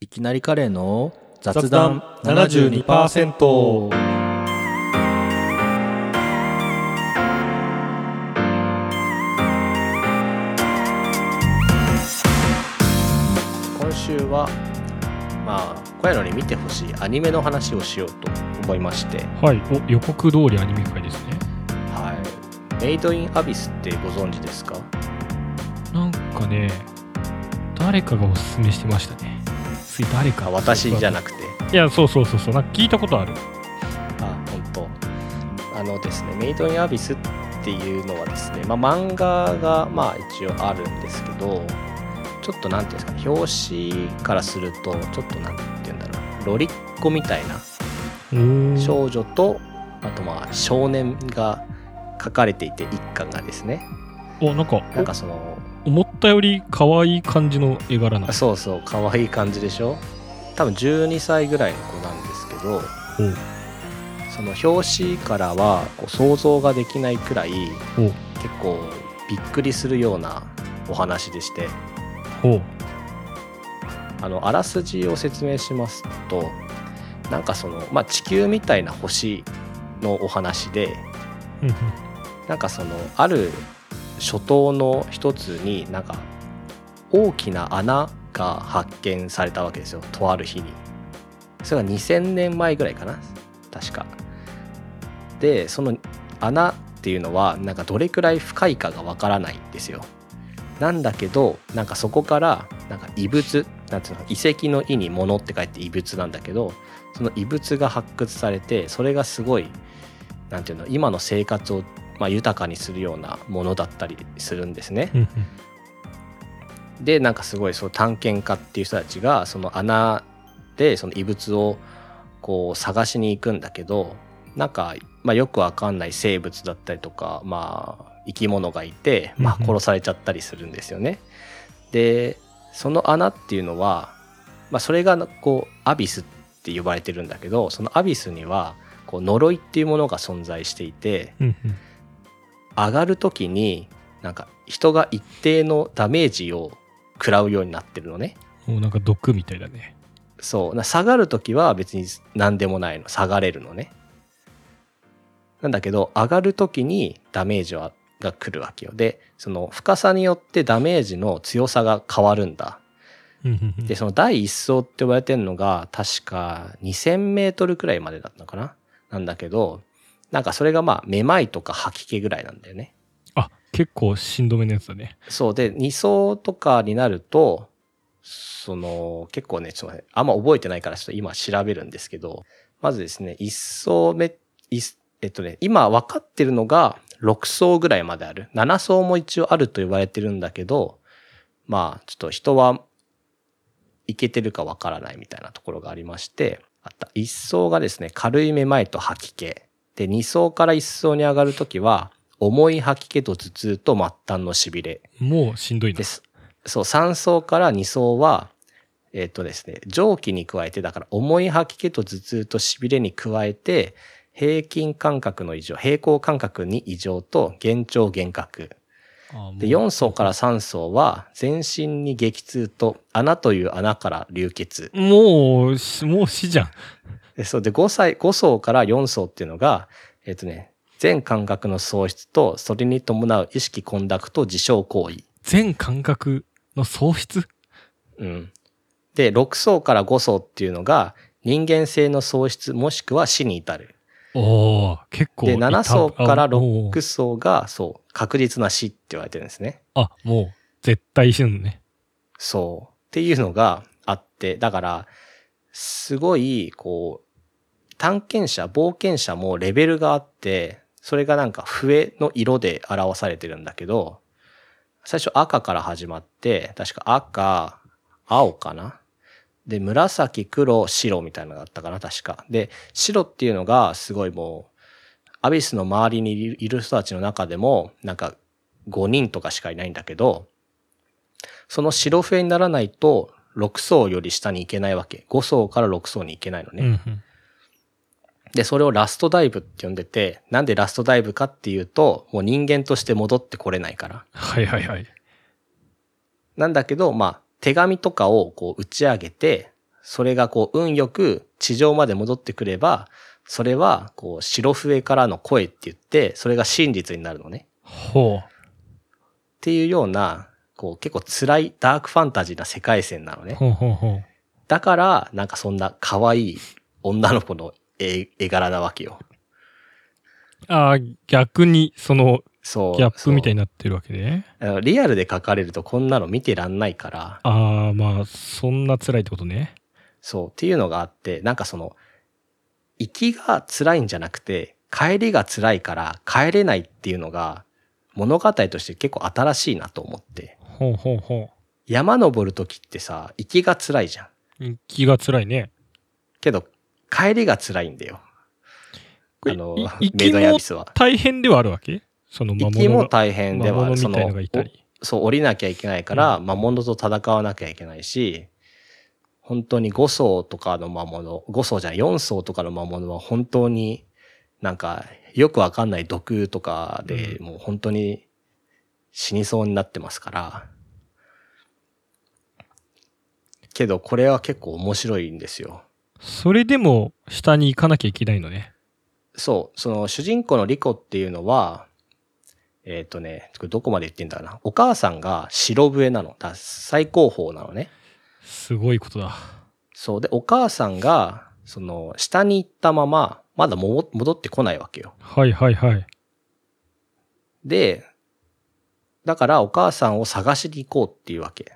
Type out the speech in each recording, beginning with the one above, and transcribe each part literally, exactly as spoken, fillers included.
いきなりカレーの雑談 ななじゅうにパーセント。 今週はまあこういうのに見てほしいアニメの話をしようと思いまして、 はい、お予告通りアニメ会ですね。 はい、メイドインアビスってご存知ですか？ なんかね、誰かがおすすめしてましたね。つい誰か、 私じゃなくて、 いや、そうそうそうそう、なんか聞いたことある。 あ、本当。あのですね、メイドインアビスっていうのはですね、まあ、漫画がまあ一応あるんですけど、ちょっとなんていうんですか、表紙からするとちょっとなんていうんだろう、ロリッコみたいな少女と、あとまあ少年が描かれていて、一家がですね、 お、なんかなんかその思ったより可愛い感じの絵柄なの。 そうそう、可愛い感じでしょ。多分じゅうにさいぐらいの子なんですけど、その表紙からはこう想像ができないくらい結構びっくりするようなお話でして、 おあのあらすじを説明しますと、なんかその、まあ、地球みたいな星のお話で、なんかそのある諸島の一つになんか大きな穴が発見されたわけですよ、とある日に。それがにせんねんまえぐらいかな、確か。でその穴っていうのはなんかどれくらい深いかがわからないんですよ。なんだけどなんかそこからなんか遺物なんていうの、遺跡の意に物って書いて遺物なんだけど、その遺物が発掘されて、それがすごいなんていうの、今の生活をまあ豊かにするようなものだったりするんですね。でなんかすごいそう探検家っていう人たちがその穴でその遺物をこう探しに行くんだけど、なんか、まあ、よくわかんない生物だったりとか、まあ、生き物がいて、まあ、殺されちゃったりするんですよね。でその穴っていうのは、まあ、それがこうアビスって呼ばれてるんだけど、そのアビスにはこう呪いっていうものが存在していて、上がる時になんか人が一定のダメージを食らうようになってるのね。 もうなんか毒みたいだね。 そうな、下がる時は別に何でもないの、下がれるのね。なんだけど上がる時にダメージはが来るわけよ。でその深さによってダメージの強さが変わるんだ。でその第一層って呼ばれてるのが確かにせんメートルくらいまでだったのかな。なんだけどなんかそれがまあめまいとか吐き気ぐらいなんだよね。 あ、結構しんどめのやつだね。 そうでに層とかになるとその結構ね、ちょっとね、あんま覚えてないからちょっと今調べるんですけど、まずですね、いち層目、えっとね、今分かってるのがろく層ぐらいまである。なな層も一応あると言われてるんだけど、まあちょっと人はいけてるか分からないみたいなところがありまして、あったいち層がですね、軽いめまいと吐き気。で、に層からいち層に上がるときは、重い吐き気と頭痛と末端のしびれ。 もうしんどいな。 です。そう、さん層からに層は、えっとですね、蒸気に加えて、だから重い吐き気と頭痛としびれに加えて、平均感覚の異常、平衡感覚に異常と幻聴幻覚。で、よん層からさん層は、全身に激痛と穴という穴から流血。 もう、もう死じゃん。 で、そうで、ごさい、ご層からよん層っていうのが、えっとね、全感覚の喪失と、それに伴う意識混濁と自傷行為。 全感覚の喪失？ うん。で、ろく層からご層っていうのが、人間性の喪失もしくは死に至る。 おー、結構。 で、なな層からろく層が、そう、確実な死って言われてるんですね。 あ、もう、絶対死ぬね。 そう。っていうのがあって、だから、すごい、こう、探検者、冒険者もレベルがあって、それがなんか笛の色で表されてるんだけど、最初赤から始まって、確か赤、青かな。で、紫、黒、白みたいなのがあったかな、確か。で、白っていうのがすごいもう、アビスの周りにいる人たちの中でも、なんかごにんとかしかいないんだけど、その白笛にならないとろく層より下に行けないわけ。ご層からろく層に行けないのね。 うんうん、 で、それをラストダイブって呼んでて、なんでラストダイブかっていうと、もう人間として戻ってこれないから。 はいはいはい。 なんだけど、まあ、手紙とかをこう打ち上げて、 それがこう運よく地上まで戻ってくれば、それはこう白笛からの声って言って、それが真実になるのね。 ほう。 っていうような、こう結構辛いダークファンタジーな世界線なのね。 ほうほうほう。 だから、なんかそんな可愛い女の子の絵絵柄なわけよ。 ああ、逆にそのそう。 ギャップみたいになってるわけね。 リアルで描かれるとこんなの見てらんないから。 ああ、まあ、そんな辛いってことね。 そう。っていうのがあって、なんかその、行きが辛いんじゃなくて、帰りが辛いから帰れないっていうのが、物語として結構新しいなと思って。 ほうほうほう。 山登るときってさ、行きが辛いじゃん。 行きが辛いね。 けど、帰りが辛いんだよ。あの、 行メイドインアビスは。 大変ではあるわけ？その魔物行きも大変ではある。 魔物みたいのがいたり。 そう、降りなきゃいけないから、うん、魔物と戦わなきゃいけないし、本当にご層とかの魔物、ご層じゃない、よん層とかの魔物は本当になんかよくわかんない毒とかで、もう本当に死にそうになってますから。けどこれは結構面白いんですよ。 それでも下に行かなきゃいけないのね。 そう、その主人公のリコっていうのは、えっとね、どこまで言ってんだろうな。お母さんが白笛なの。だ最高峰なのね。 すごいことだ。 そう。で、お母さんが、その、下に行ったまま、まだも戻ってこないわけよ。 はいはいはい。 で、だからお母さんを探しに行こうっていうわけ。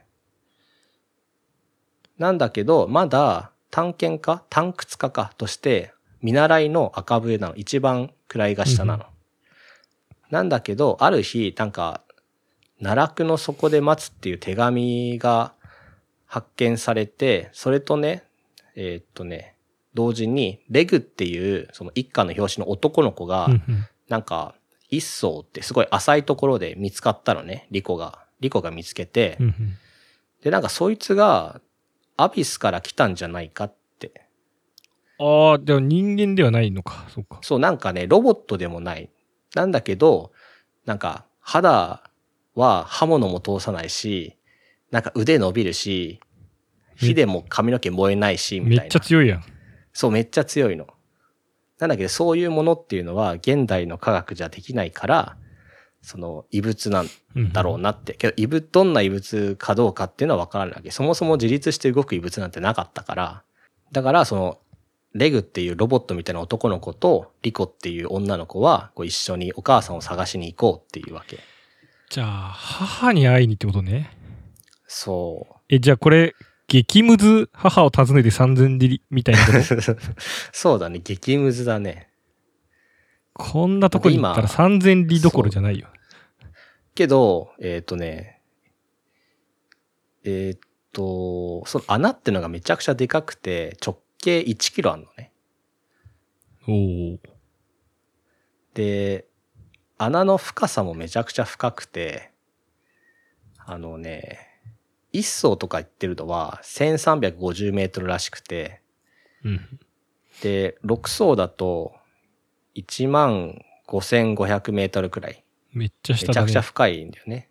なんだけど、まだ探検家探掘家かとして、見習いの赤笛なの。一番位が下なの。うん、なんだけど、ある日、なんか、奈落の底で待つっていう手紙が発見されて、それとね、えー、っとね、同時に、レグっていう、その一家の表紙の男の子が、なんか、一層ってすごい浅いところで見つかったのね、リコが。リコが見つけて、で、なんかそいつが、アビスから来たんじゃないかって。 ああ、でも人間ではないのか。そうか。 そう、なんかね、ロボットでもない。なんだけど、なんか、肌は刃物も通さないし、なんか腕伸びるし、火でも髪の毛燃えないし、みたいな。 めっちゃ強いやん。 そう、めっちゃ強いの。なんだけど、そういうものっていうのは、現代の科学じゃできないから、その、異物なんだろうなって。うん、けど、異物、どんな異物かどうかっていうのは分からないわけ。そもそも自立して動く異物なんてなかったから。だから、その、レグっていうロボットみたいな男の子とリコっていう女の子はこう一緒にお母さんを探しに行こうっていうわけ。 じゃあ母に会いにってことね。 そう。 え、じゃあこれ激ムズ母を訪ねて三千里みたいなことそうだね、激ムズだね。 こんなとこに行ったら三千里どころじゃないよ。 けど、えっとね、えっと、その穴ってのがめちゃくちゃでかくて直径いちキロあるのね。 おー。 で、穴の深さもめちゃくちゃ深くて、あのね、一層とか言ってるのはせんさんびゃくごじゅうメートルらしくて、 うん、 で、ろく層だといちまんごせんごひゃくメートルくらい。 めっちゃ下だね。 めちゃくちゃ深いんだよね。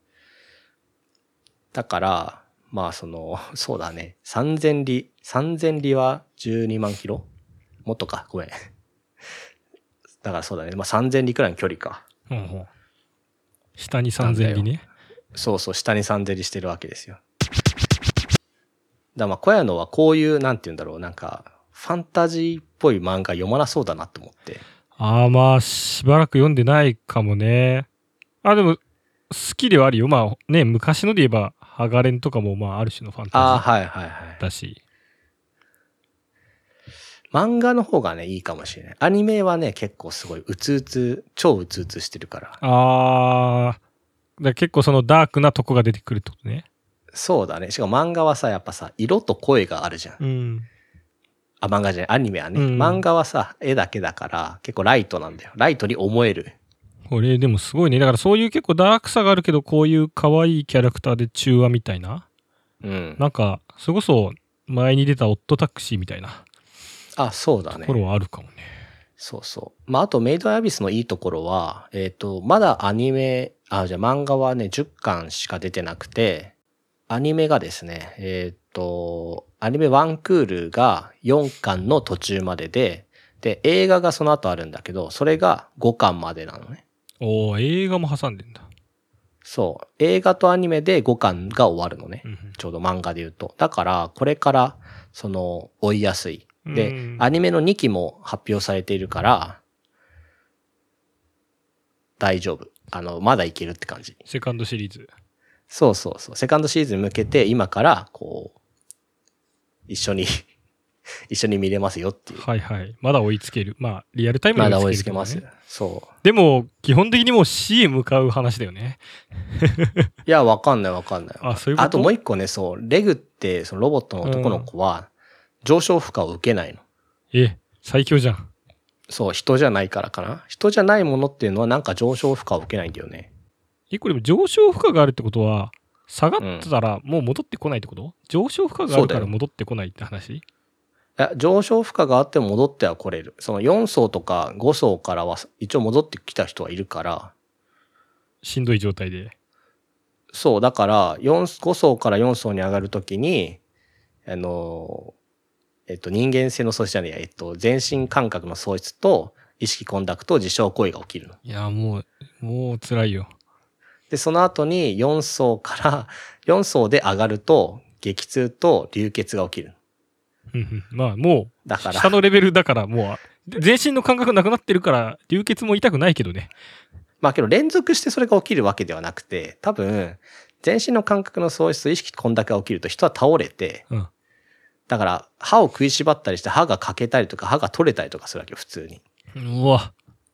だから、まあその、そうだね。さんぜん里。さんぜん里はじゅうにまんキロ？もっとか。ごめん。だからそうだね。まあさんぜん里くらいの距離か。 うんうん、下にさんぜん里ね。 そうそう、下にさんぜん里してるわけですよ。だからまあ小屋野はこういう、なんて言うんだろう。なんか、ファンタジーっぽい漫画読まなそうだなと思って。 ああ、まあ、しばらく読んでないかもね。あ、でも、好きではあるよ。まあね、昔ので言えば、ハガレンとかも、まあ、ある種のファンタジー。 ああ、はいはいはい。 だし。 漫画の方がね、いいかもしれない。アニメはね、結構すごい、うつうつ、超うつうつしてるから。 ああ、だから結構そのダークなとこが出てくるってことね。 そうだね。しかも漫画はさ、やっぱさ、色と声があるじゃん。 うん。 あ、漫画じゃない、アニメはね。 うん、 漫画はさ、絵だけだから、結構ライトなんだよ。ライトに思える。 これでもすごいね。だからそういう結構ダークさがあるけど、こういう可愛いキャラクターで中和みたいな。 うん。 なんか、それこそ前に出たオットタクシーみたいな。 あ、そうだね。 ところはあるかもね。 そうそう。まあ、あとメイドアビスのいいところは、えっと、まだアニメ、あ、じゃあ漫画はね、じゅっかんしか出てなくて、アニメがですね、えっと、 アニメワンクールがよんかんの途中までで、で、映画がその後あるんだけど、それがごかんまでなのね。 おー、映画も挟んでんだ。 そう。映画とアニメでごかんが終わるのね。 うんうん、 ちょうど漫画で言うと。だから、これから、その、追いやすい。で、 うん、 アニメのにきも発表されているから、大丈夫。あの、まだいけるって感じ。 セカンドシリーズ。 そうそうそう。セカンドシーズンに向けて、今から、こう、一緒に一緒に見れますよっていう。 はいはい。まだ追いつける。まあ、リアルタイムで追いつける、ね。まだ追いつけます。そう。 でも、基本的にもう シー へ向かう話だよね。 いや、わかんないわかんない。 あ、そういうこと。 あともう一個ね、そう。レグって、そのロボットの男の子は、上昇負荷を受けないの。 うん、え、最強じゃん。 そう、人じゃないからかな。人じゃないものっていうのはなんか上昇負荷を受けないんだよね。 え、これ上昇負荷があるってことは、下がったらもう戻ってこないってこと、うん、上昇負荷があるから戻ってこないって話？いや、上昇負荷があっても戻っては来れる。そのよん層とかご層からは一応戻ってきた人はいるから。 しんどい状態で。 そう、だからよん、ご層からよん層に上がるときに、あの、えっと、人間性の喪失じゃねえや、えっと、全身感覚の喪失と意識混濁と自傷行為が起きるの。 いや、もう、もう辛いよ。 で、その後によん層からよん層で上がると激痛と流血が起きる。 まあもうだから下のレベルだからもう全身の感覚なくなってるから流血も痛くないけどね。 まあけど連続してそれが起きるわけではなくて、多分全身の感覚の喪失と意識混濁が起きると人は倒れて、うん、だから歯を食いしばったりして歯が欠けたりとか歯が取れたりとかするわけよ普通に。 うわ。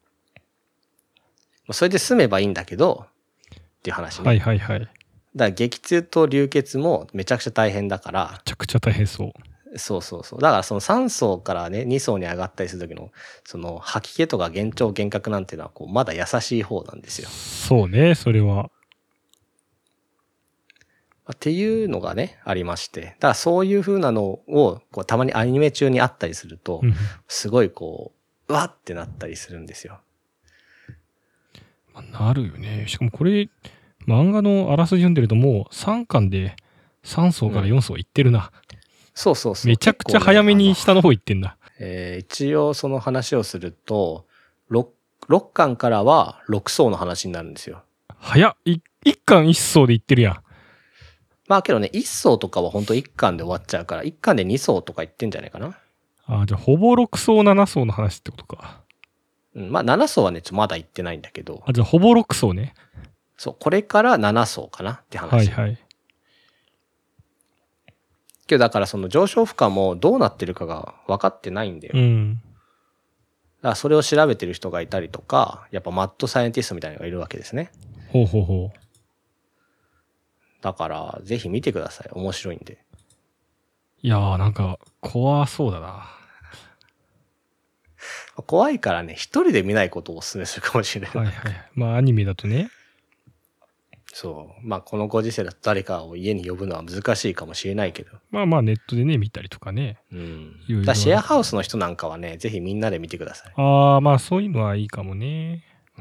それで済めばいいんだけどっていう話ね。 はいはいはい。 だから激痛と流血もめちゃくちゃ大変だから。 めちゃくちゃ大変そう。 そうそうそう。だからそのさん層からね、に層に上がったりする時の、その吐き気とか幻聴幻覚なんていうのは、こう、まだ優しい方なんですよ。 そうね、それは。 っていうのがね、ありまして。だからそういう風なのを、こう、たまにアニメ中にあったりすると、うん、すごいこう、うわってなったりするんですよ。 まあ、なるよね。しかもこれ、漫画のあらすじ読んでるともうさんかんでさん層からよん層いってるな。うん、 そうそうそう。 めちゃくちゃ早めに下の方行ってんだ。 ね、えー、一応その話をすると、ろっかんからはろく層の話になるんですよ。 早っ。いっかんいっ層で行ってるやん。 まあけどね、いっ層とかはほんといっかんで終わっちゃうから、いっかんでに層とか行ってんじゃないかな。 ああ、じゃあほぼろく層なな層の話ってことか。 うん、まあなな層はね、ちょまだ行ってないんだけど。 あ、じゃあほぼろく層ね。 そう、これからなな層かなって話。 はいはい。 けどだからその上昇負荷もどうなってるかが分かってないんだよ。 うん。 だからそれを調べてる人がいたりとか、やっぱマッドサイエンティストみたいなのがいるわけですね。 ほうほうほう。 だからぜひ見てください。面白いんで。 いやーなんか怖そうだな。 怖いからね、一人で見ないことをお勧めするかもしれない。 はいはい。まあアニメだとね。 そう。まあこのご時世だと誰かを家に呼ぶのは難しいかもしれないけど。 まあまあネットでね、見たりとかね。 うん。だシェアハウスの人なんかはね、ぜひみんなで見てください。 ああ、まあそういうのはいいかもね。 うん。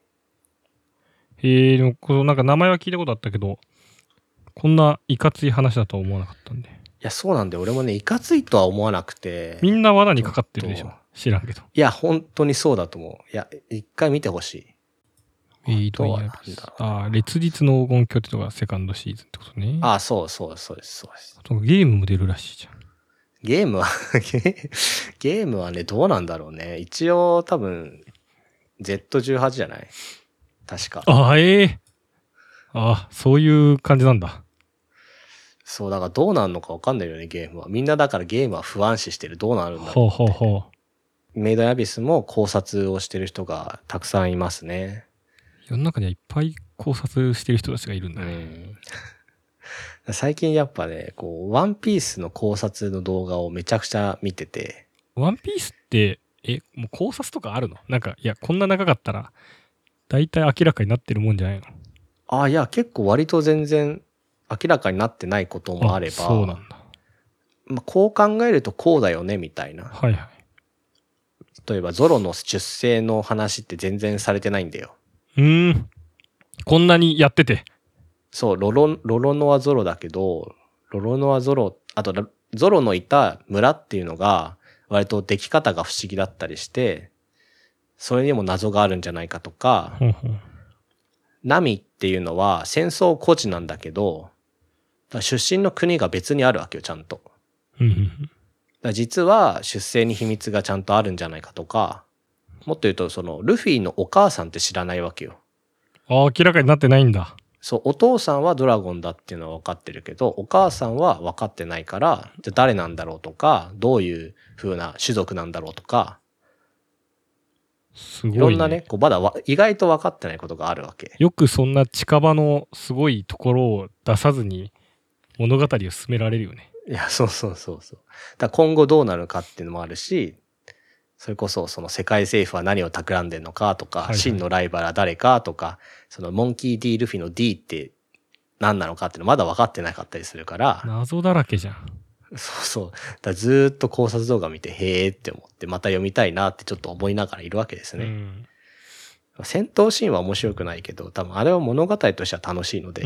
へえ、でもこのなんか名前は聞いたことあったけど、こんないかつい話だとは思わなかったんで。 いや、そうなんで、俺もね、いかついとは思わなくて。 みんな罠にかかってるでしょ。知らんけど。 いや、本当にそうだと思う。いや、一回見てほしい。 えーと、ああ、烈日の黄金鏡ってのがセカンドシーズンってことね。 ああ、そうそうそうです、そうです。 あとゲームも出るらしいじゃん。 ゲームはゲームはね、どうなんだろうね。一応多分、ゼットじゅうはち じゃない確か。 ああ、ええー。ああ、そういう感じなんだ。 そう、だからどうなるのか分かんないよね、ゲームは。みんなだからゲームは不安視してる。どうなるんだろう。 ほうほうほう。メイドインアビスも考察をしてる人がたくさんいますね。 世の中にはいっぱい考察してる人たちがいるんだね。 うん、最近やっぱね、こう、ワンピースの考察の動画をめちゃくちゃ見てて。 ワンピースって、え、もう考察とかあるの？なんか、いや、こんな長かったら、だいたい明らかになってるもんじゃないの？ ああ、いや、結構割と全然明らかになってないこともあれば。 そうなんだ。 まあ、こう考えるとこうだよね、みたいな。 はいはい。 例えば、ゾロの出生の話って全然されてないんだよ。 うーん。こんなにやってて。 そう、ロロ、ロロノアゾロだけど、ロロノアゾロ、あと、 ゾロのいた村っていうのが割と出来方が不思議だったりして、それにも謎があるんじゃないかとか、 ほうほう。 ナミっていうのは戦争孤児なんだけど、だから出身の国が別にあるわけよ、ちゃんと。 うんうんだから実は出生に秘密がちゃんとあるんじゃないかとか、もっと言うとそのルフィのお母さんって知らないわけよ。 ああ、明らかになってないんだ。 そう、お父さんはドラゴンだっていうのは分かってるけど、お母さんは分かってないから、じゃあ誰なんだろうとか、どういう風な種族なんだろうとか、 すごい、ね。 いろんなね、こうまだわ意外と分かってないことがあるわけ。 よくそんな近場のすごいところを出さずに物語を進められるよね。 いや、そうそうそうそう。だから今後どうなるかっていうのもあるし、それこそその世界政府は何を企んでんのかとか、 はいはい真のライバルは誰かとか、そのモンキー D ルフィの D って何なのかっていうのまだ分かってなかったりするから、 謎だらけじゃん。 そうそう。だからずーっと考察動画見て、へーって思って、また読みたいなってちょっと思いながらいるわけですね。 うん。 戦闘シーンは面白くないけど、多分あれは物語としては楽しいので、 うん。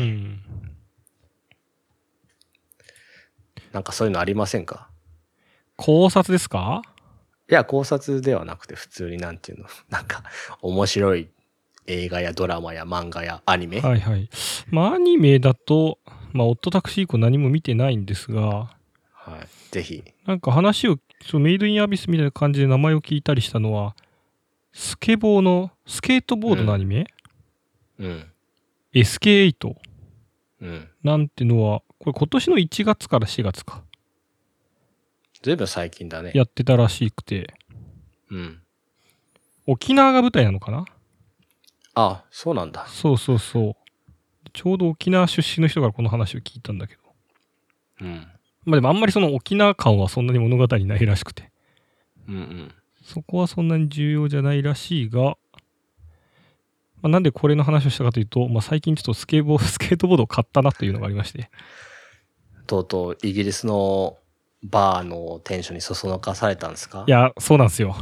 なんかそういうのありませんか？ 考察ですか？ いや、考察ではなくて普通になんていうの、なんか面白い映画やドラマや漫画やアニメ。 はいはい。まあアニメだと、まあオットタクシー以降何も見てないんですが、 はい。ぜひ。 なんか話を、そうメイドインアビスみたいな感じで名前を聞いたりしたのは、スケボーの、スケートボードのアニメ、 うん。 エスケーエイトうん。 なんてのは、これ今年のいちがつからしがつか、 ずいぶん最近だね。 やってたらしくて、 うん。 沖縄が舞台なのかな？ あ、そうなんだ。 そうそうそう。ちょうど沖縄出身の人からこの話を聞いたんだけど。 うん。 まあでもあんまりその沖縄感はそんなに物語にないらしくて。 うんうん。 そこはそんなに重要じゃないらしいが、まあ、なんでこれの話をしたかというと、まあ、最近ちょっとスケボー、スケートボードを買ったなというのがありまして。 とうとうイギリスのバーのテンションにそそのかされたんですか？ いや、そうなんですよ。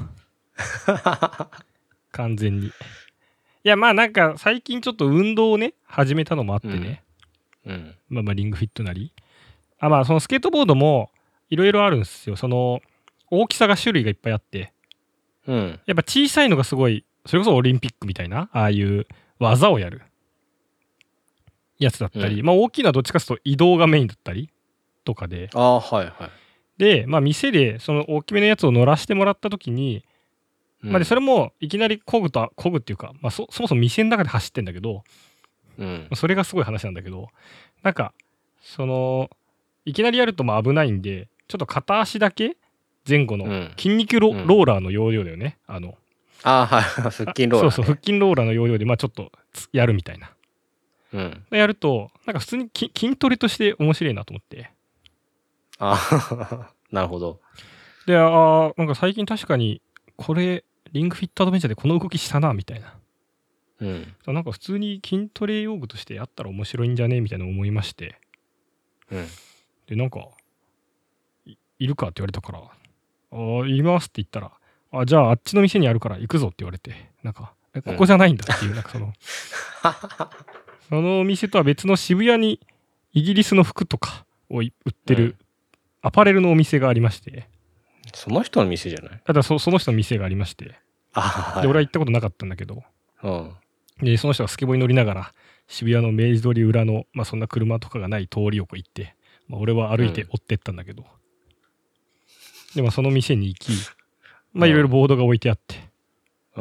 完全に。いや、まあなんか最近ちょっと運動をね、始めたのもあってね。 うん。うん、 まあまあリングフィットなり。あ、まあそのスケートボードもいろいろあるんですよ。その大きさが種類がいっぱいあって。 うん。 やっぱ小さいのがすごい、それこそオリンピックみたいな、ああいう技をやるやつだったり、 うん、 まあ大きいのはどっちかというと移動がメインだったりとかで。 ああ、はいはい。 で、まあ店でその大きめのやつを乗らせてもらった時に、うん、まあでそれもいきなり漕ぐと、漕ぐっていうか、まあそ、そもそも店の中で走ってんだけど、 うん、 それがすごい話なんだけど、なんか、その、いきなりやるとまあ危ないんで、ちょっと片足だけ前後の筋肉ロ,、うん、ローラーの要領だよね。あの、 ああ、はい、腹筋ローラー、ね。 そうそう、腹筋ローラーの要領で、まあちょっとやるみたいな。 うん。 やると、なんか普通に筋トレとして面白いなと思って。 ああ、なるほど。 で、ああ、なんか最近確かに、これ、リングフィットアドベンチャーでこの動きしたな、みたいな。 うん。 なんか普通に筋トレ用具としてやったら面白いんじゃねみたいな思いまして。 うん。 で、なんか、い, いるかって言われたから、ああ、いますって言ったら、あ、じゃああっちの店にあるから行くぞって言われて、なんか、え、ここじゃないんだっていう、うん、なんかその、そのお店とは別の渋谷にイギリスの服とかを売ってるアパレルのお店がありまして。 その人の店じゃない？ ただ そ, その人の店がありまして。 あ、はい、 で、俺は行ったことなかったんだけど、 うん。 で、その人がスケボーに乗りながら、渋谷の明治通り裏の、まあそんな車とかがない通りをこう行って、まあ、俺は歩いて追ってったんだけど、うん、でもその店に行き、まあいろいろボードが置いてあって、 うん、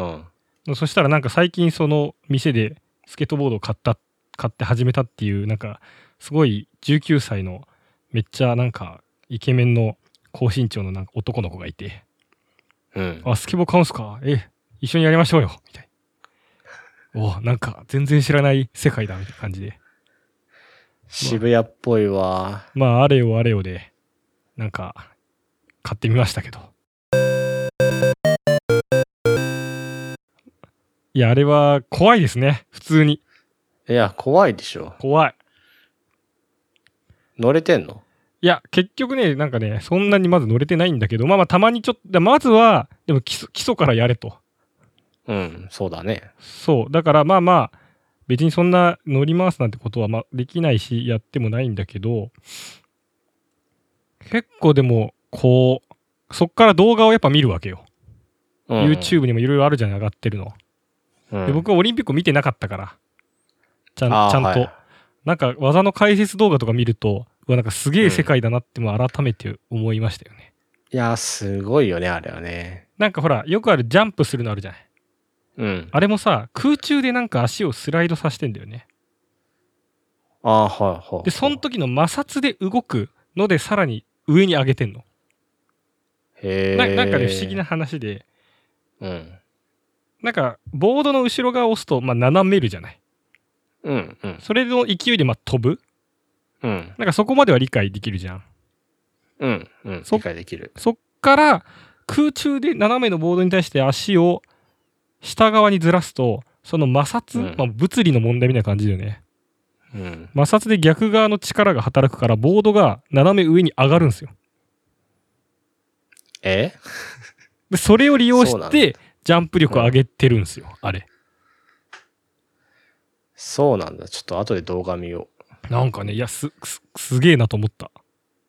そしたらなんか最近その店でスケートボードを買った、買って始めたっていう、なんかすごいじゅうきゅうさいのめっちゃなんかイケメンの高身長のなんか男の子がいて、 うん、 あ、スケボー買うんすか？え、一緒にやりましょうよみたいな。お、なんか全然知らない世界だみたいな感じで。 渋谷っぽいわ。 まあ、まあ、あれよあれよで、なんか買ってみましたけど。いや、あれは怖いですね、普通に。 いや、怖いでしょ。 怖い。 乗れてんの？ いや、結局ね、なんかね、そんなにまず乗れてないんだけど、まあまあ、たまにちょっと、まずは、でも基礎、基礎からやれと。 うん、そうだね。 そう。だからまあまあ、別にそんな乗り回すなんてことはまあできないし、やってもないんだけど、 結構でもこうそっから動画をやっぱ見るわけよ、うん、YouTube にもいろいろあるじゃない上がってるの、うん、で僕はオリンピック見てなかったからちゃん、ちゃんと、はい、なんか技の解説動画とか見るとうわなんかすげえ世界だなっても改めて思いましたよね、 うん、いやすごいよねあれはね。 なんかほらよくあるジャンプするのあるじゃない、うん、あれもさ空中でなんか足をスライドさせてんだよね。 ああはいはい。 でその時の摩擦で動くのでさらに上に上げてんの。 へえ。なんかね不思議な話で、 うん、 なんかボードの後ろ側を押すとまあ斜めるじゃない。 うんうん。 それの勢いでまあ飛ぶ。 うん。 なんかそこまでは理解できるじゃん。 うんうん。理解できる。 そっから空中で斜めのボードに対して足を下側にずらすとその摩擦、うん、まあ、物理の問題みたいな感じだよね。うん、摩擦で逆側の力が働くからボードが斜め上に上がるんですよ。 えでそれを利用してジャンプ力を上げてるんですよ、うん、あれ。 そうなんだ。ちょっと後で動画見よう。なんかねいやすすすげえなと思った。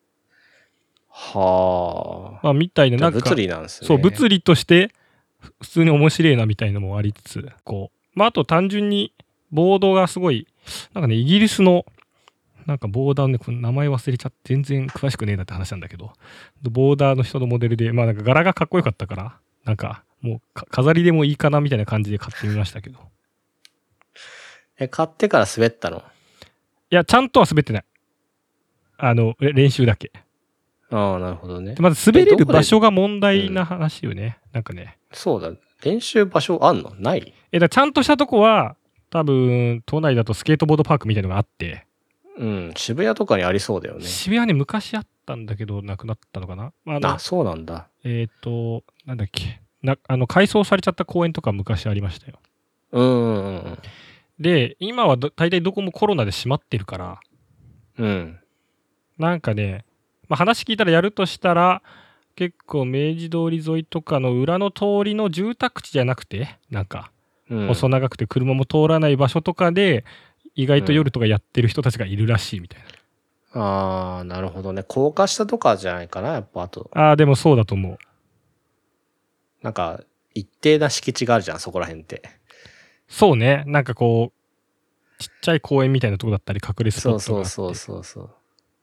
はあ。 まあみたいななんか物理なんですね。 そう物理として普通に面白いなみたいなのもありつつこうまああと単純にボードがすごいなんかねイギリスのなんかボーダーの、ね、この名前忘れちゃって全然詳しくねえなって話なんだけどボーダーの人のモデルでまあなんか柄がかっこよかったからなんかもう飾りでもいいかなみたいな感じで買ってみましたけど。 え買ってから滑ったの？ いやちゃんとは滑ってない。あの練習だけ。 ああなるほどね。 でまず滑れる場所が問題な話よね、うん、なんかね。 そうだ練習場所あんの？ない？ えだちゃんとしたとこは多分都内だとスケートボードパークみたいなのがあってうん渋谷とかにありそうだよね。 渋谷ね昔あったんだけどなくなったのかな。 あのあそうなんだ。 えっ、ー、となんだっけなあの改装されちゃった公園とか昔ありましたよ。 うんうんうんで今は大体どこもコロナで閉まってるからうんなんかね、まあ、話聞いたらやるとしたら結構明治通り沿いとかの裏の通りの住宅地じゃなくてなんか細長くて車も通らない場所とかで意外と夜とかやってる人たちがいるらしいみたいな、うん、ああなるほどね。高架下とかじゃないかなやっぱ。あとああでもそうだと思う。 なんか一定な敷地があるじゃんそこら辺って。 そうねなんかこうちっちゃい公園みたいなとこだったり隠れスポットがあってそうそうそうそうそう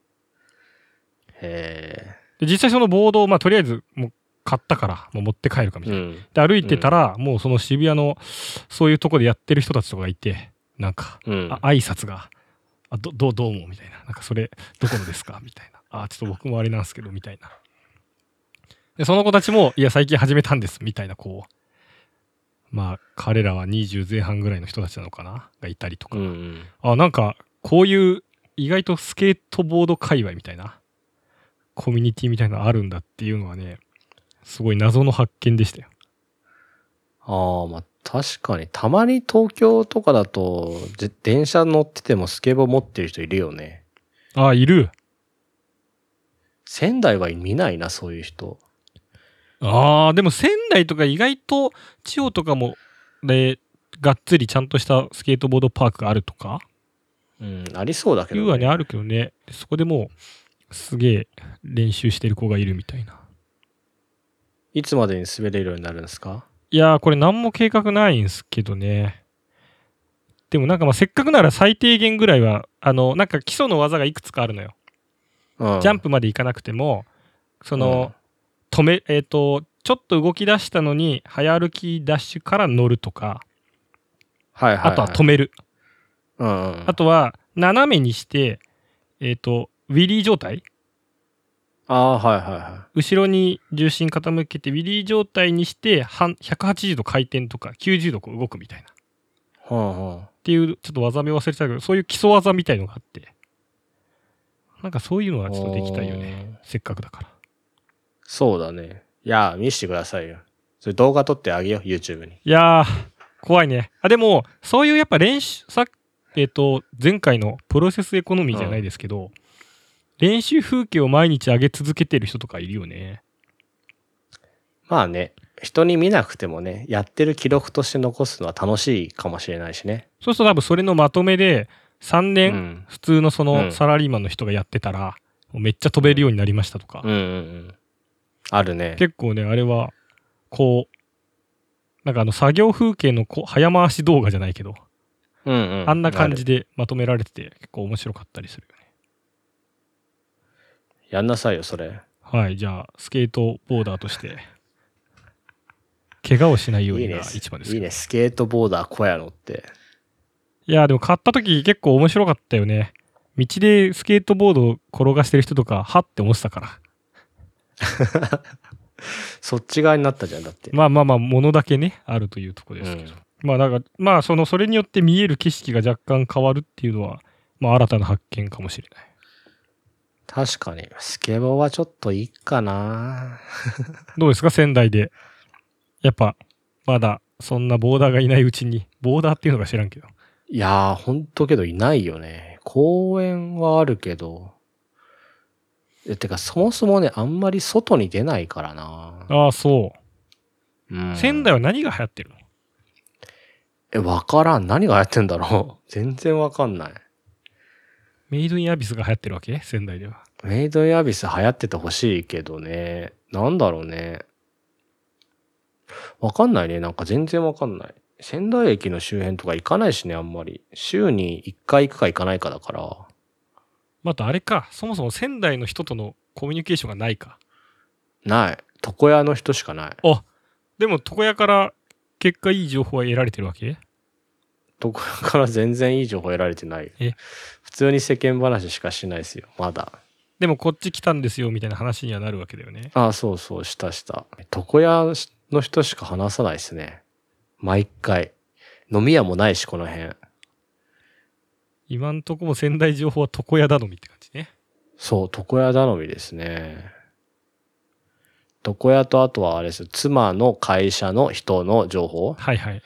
へえ。 で実際そのボードをまあとりあえずもう買ったからもう持って帰るかみたいな、うん、で歩いてたら、うん、もうその渋谷のそういうとこでやってる人たちとかがいてなんか、うん、あ挨拶があどどうどうもみたいななんかそれどこのですかみたいなあちょっと僕もあれなんですけどみたいなでその子たちもいや最近始めたんですみたいなこうまあ彼らはにじゅう前半ぐらいの人たちなのかながいたりとか、うんうん、あなんかこういう意外とスケートボード界隈みたいなコミュニティみたいなのあるんだっていうのはねすごい謎の発見でしたよ。 ああまあ確かにたまに東京とかだと電車乗っててもスケボー持ってる人いるよね。 ああいる。 仙台は見ないなそういう人。 ああでも仙台とか意外と地方とかもでがっつりちゃんとしたスケートボードパークがあるとかうんありそうだけどね。 いうはねあるけどねそこでもうすげえ練習してる子がいるみたいな。 いつまでに滑れるようになるんですか？ いやーこれ何も計画ないんすけどね。でもなんかまあせっかくなら最低限ぐらいはあのなんか基礎の技がいくつかあるのよ、うん、ジャンプまでいかなくてもその、うん、止めえっ、ー、とちょっと動き出したのに早歩きダッシュから乗るとか、 はいはいはい、 あとは止める、 うんうん、 あとは斜めにしてえっ、ー、とウィリー状態ああはいはいはい。 後ろに重心傾けてウィリー状態にしてひゃくはちじゅうど回転とかきゅうじゅうどこう動くみたいな、 はあはあ、 っていうちょっと技名忘れてたけどそういう基礎技みたいのがあってなんかそういうのはちょっとできたいよねせっかくだから。 そうだね。いや見せてくださいよ。それ動画撮ってあげよう YouTube に。 いやー怖いね。あでもそういうやっぱ練習さえっ、ー、と前回のプロセスエコノミーじゃないですけど、うん、練習風景を毎日上げ続けてる人とかいるよね。 まあね人に見なくてもねやってる記録として残すのは楽しいかもしれないしね。 そうすると多分それのまとめでさんねん、うん、普通のそのサラリーマンの人がやってたら、 めっちゃ飛べるようになりましたとか、 うんうんうん、あるね。 結構ねあれはこうなんかあの作業風景のこう早回し動画じゃないけど、 うんうん、 あんな感じでまとめられてて結構面白かったりするよね。 やんなさいよそれ。 はい、じゃあスケートボーダーとして怪我をしないようにが一番ですけど。 いいね、スケートボーダー小屋のって。 いやでも買った時結構面白かったよね。道でスケートボードを転がしてる人とかはって思ってたからそっち側になったじゃんだって。 まあまあまあ物だけねあるというところですけど、うん、まあなんかまあそのそれによって見える景色が若干変わるっていうのはまあ新たな発見かもしれない。 確かにスケボーはちょっといいかなどうですか仙台で。やっぱまだそんなボーダーがいないうちに、ボーダーっていうのか知らんけど。 いやーほんとけどいないよね。公園はあるけど、えてかそもそもねあんまり外に出ないからな。 ああそう、うん、仙台は何が流行ってるの？ えわからん、何が流行ってんだろう全然わかんない。 メイドインアビスが流行ってるわけ？仙台では。 メイドインアビス流行っててほしいけどね。なんだろうね。わかんないね。なんか全然わかんない。仙台駅の周辺とか行かないしね、あんまり。週にいっかい行くか行かないかだから。 またあれか、そもそも仙台の人とのコミュニケーションがないか。 ない。床屋の人しかない。 あ、でも床屋から結果いい情報は得られてるわけ？ 床屋から全然いい情報得られてない。 え、 普通に世間話しかしないですよ、まだ。 でもこっち来たんですよみたいな話にはなるわけだよね。 ああ、そうそう、したした。床屋の人しか話さないですね。毎回。飲み屋もないし、この辺。 今んとこも仙台情報は床屋頼みって感じね。 そう、床屋頼みですね。床屋とあとはあれです。妻の会社の人の情報？ はいはい。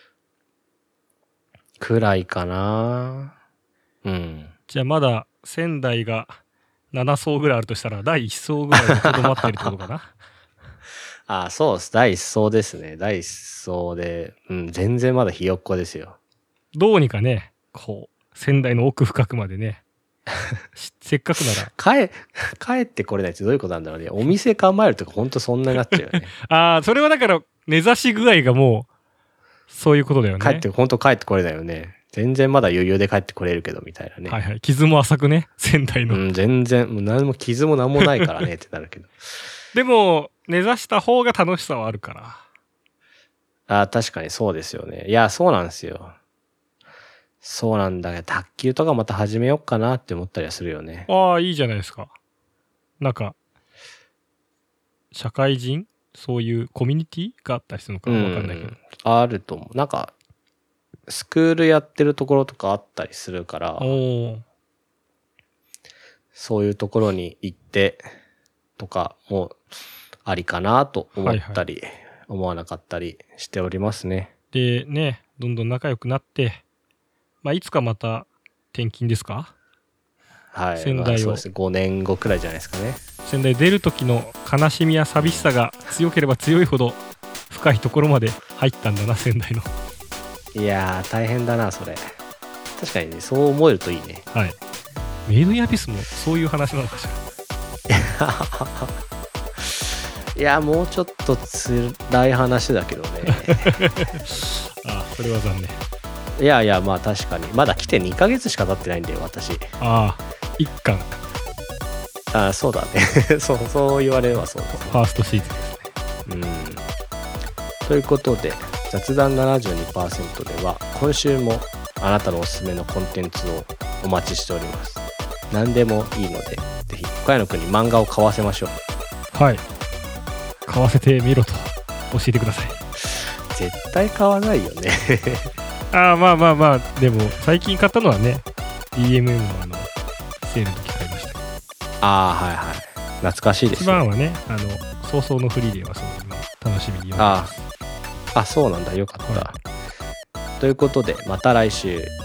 くらいかな。うん。 じゃあまだ仙台がなな層ぐらいあるとしたらだいいち層ぐらいでとどまってるってことかな。 ああ、そうです。だいいち層ですね。だいいち層で、うん、全然まだひよっこですよ。 どうにかね、こう、仙台の奥深くまでね、せっかくなら。 帰、帰ってこれないってどういうことなんだろうね。お店構えるとかほんとそんなになっちゃうよね。 ああ、それはだから、根ざし具合がもう、そういうことだよね。 帰って、ほんと帰ってこれないよね。全然まだ余裕で帰ってこれるけど、みたいなね。 はいはい。傷も浅くね、仙台の。 うん、全然、もう何も傷も何もないからねってなるけど。 でも、根ざした方が楽しさはあるから。 ああ、確かにそうですよね。いや、そうなんですよ。そうなんだけど、卓球とかまた始めようかなって思ったりはするよね。 ああ、いいじゃないですか。なんか、社会人そういうコミュニティがあったりするのかわかんないけど。 あると思う。なんか、スクールやってるところとかあったりするから、 おそういうところに行ってとかもありかなと思ったり、はいはい、思わなかったりしておりますね。 でね、どんどん仲良くなって、まあ、いつかまた転勤ですか？ はい。仙台を、まあ、そうですね。ごねんごくらいじゃないですかね。 仙台出る時の悲しみや寂しさが強ければ強いほど深いところまで入ったんだな、仙台の。 いやー、大変だな、それ。確かにね、そう思えるといいね。 はい。メイドインアビスもそういう話なのかしら。 いや、もうちょっと辛い話だけどね。 ああ、それは残念。 いやいや、まあ確かに。まだ来てにかげつしか経ってないんだよ、私。 ああ、一巻。 ああ、そうだね。そう、そう言われればそうですね。 ファーストシーズンですね。 うん。ということで、雑談 ななじゅうにパーセント では、今週もあなたのおすすめのコンテンツをお待ちしております。何でもいいので、ぜひ、深谷君に漫画を買わせましょう。はい。買わせてみろと教えてください。 絶対買わないよね。 ああ、まあまあまあ、でも最近買ったのはね、ディーエムエム のあのセールの時買いましたけど。 ああ、はいはい。懐かしいですね。 一番はね、あの早々のフリーレンはそういうの楽しみに読んでます。 ああ、そうなんだ、よかった。はい、ということで、また来週。